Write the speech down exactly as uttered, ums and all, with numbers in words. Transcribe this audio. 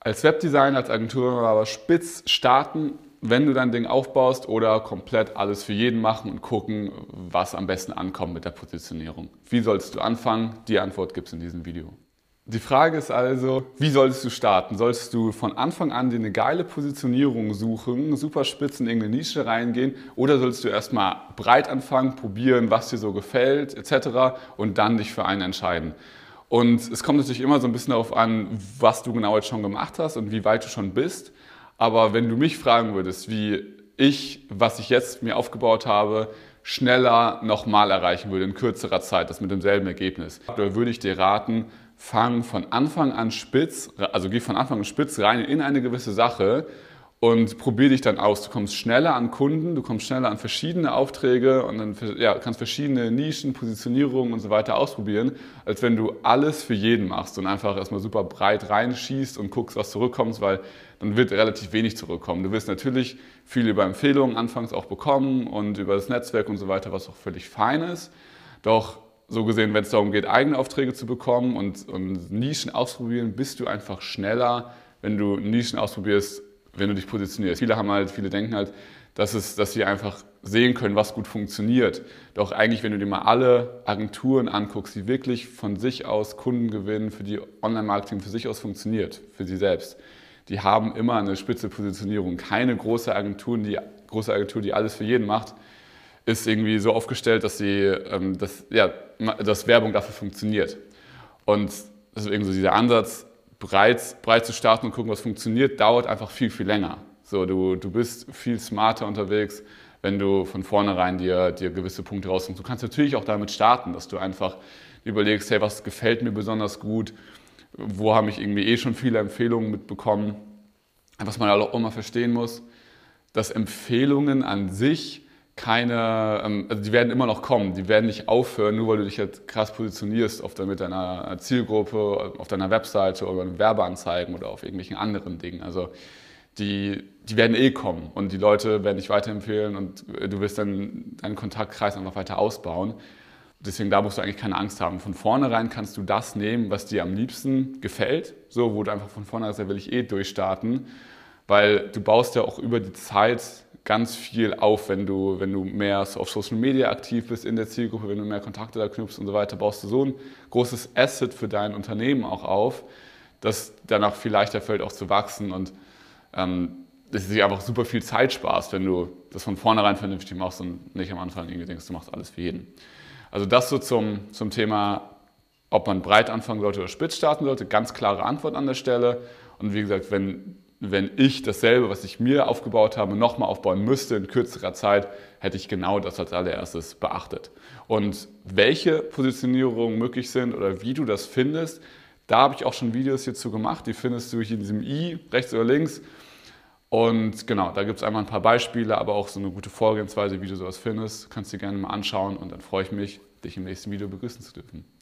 Als Webdesigner, als Agenturinhaber spitz starten, wenn du dein Ding aufbaust, oder komplett alles für jeden machen und gucken, was am besten ankommt mit der Positionierung. Wie solltest du anfangen? Die Antwort gibt es in diesem Video. Die Frage ist also, wie solltest du starten? Solltest du von Anfang an dir eine geile Positionierung suchen, super spitz in irgendeine Nische reingehen, oder solltest du erstmal breit anfangen, probieren, was dir so gefällt et cetera und dann dich für einen entscheiden? Und es kommt natürlich immer so ein bisschen darauf an, was du genau jetzt schon gemacht hast und wie weit du schon bist. Aber wenn du mich fragen würdest, wie ich, was ich jetzt mir aufgebaut habe, schneller nochmal erreichen würde in kürzerer Zeit, das mit demselben Ergebnis, da würde ich dir raten, fang von Anfang an spitz, also geh von Anfang an spitz rein in eine gewisse Sache und probier dich dann aus. Du kommst schneller an Kunden, du kommst schneller an verschiedene Aufträge und dann ja, kannst verschiedene Nischen, Positionierungen und so weiter ausprobieren, als wenn du alles für jeden machst und einfach erstmal super breit reinschießt und guckst, was zurückkommt, weil dann wird relativ wenig zurückkommen. Du wirst natürlich viel über Empfehlungen anfangs auch bekommen und über das Netzwerk und so weiter, was auch völlig fein ist. Doch so gesehen, wenn es darum geht, eigene Aufträge zu bekommen und, und Nischen ausprobieren, bist du einfach schneller, wenn du Nischen ausprobierst, wenn du dich positionierst. Viele haben halt, viele denken halt, dass, es, dass sie einfach sehen können, was gut funktioniert. Doch eigentlich, wenn du dir mal alle Agenturen anguckst, die wirklich von sich aus Kunden gewinnen, für die Online-Marketing für sich aus funktioniert, für sie selbst, die haben immer eine spitze Positionierung. Keine große Agentur, die, große Agentur, die alles für jeden macht, ist irgendwie so aufgestellt, dass, sie, ähm, dass, ja, dass Werbung dafür funktioniert. Und deswegen so dieser Ansatz, breit, breit zu starten und gucken, was funktioniert, dauert einfach viel, viel länger. So, du, du bist viel smarter unterwegs, wenn du von vornherein dir, dir gewisse Punkte rausnimmst. Du kannst natürlich auch damit starten, dass du einfach überlegst, hey, was gefällt mir besonders gut, wo habe ich irgendwie eh schon viele Empfehlungen mitbekommen. Was man auch immer verstehen muss, dass Empfehlungen an sich keine, also die werden immer noch kommen, die werden nicht aufhören, nur weil du dich jetzt krass positionierst auf mit deiner Zielgruppe, auf deiner Webseite oder in Werbeanzeigen oder auf irgendwelchen anderen Dingen. Also die, die werden eh kommen und die Leute werden dich weiterempfehlen und du wirst dann deinen Kontaktkreis einfach weiter ausbauen. Deswegen da musst du eigentlich keine Angst haben. Von vornherein kannst du das nehmen, was dir am liebsten gefällt, so wo du einfach von vornherein sagst, will ich eh durchstarten, weil du baust ja auch über die Zeit ganz viel auf, wenn du, wenn du mehr auf Social Media aktiv bist in der Zielgruppe, wenn du mehr Kontakte da knüpfst und so weiter, baust du so ein großes Asset für dein Unternehmen auch auf, dass danach viel leichter fällt, auch zu wachsen und ähm, dass sich einfach super viel Zeit sparst, wenn du das von vornherein vernünftig machst und nicht am Anfang irgendwie denkst, du machst alles für jeden. Also das so zum, zum Thema, ob man breit anfangen sollte oder spitz starten sollte, ganz klare Antwort an der Stelle. Und wie gesagt, wenn Wenn ich dasselbe, was ich mir aufgebaut habe, nochmal aufbauen müsste in kürzerer Zeit, hätte ich genau das als allererstes beachtet. Und welche Positionierungen möglich sind oder wie du das findest, da habe ich auch schon Videos hierzu gemacht. Die findest du hier in diesem i, rechts oder links. Und genau, da gibt es einmal ein paar Beispiele, aber auch so eine gute Vorgehensweise, wie du sowas findest. Kannst du dir gerne mal anschauen und dann freue ich mich, dich im nächsten Video begrüßen zu dürfen.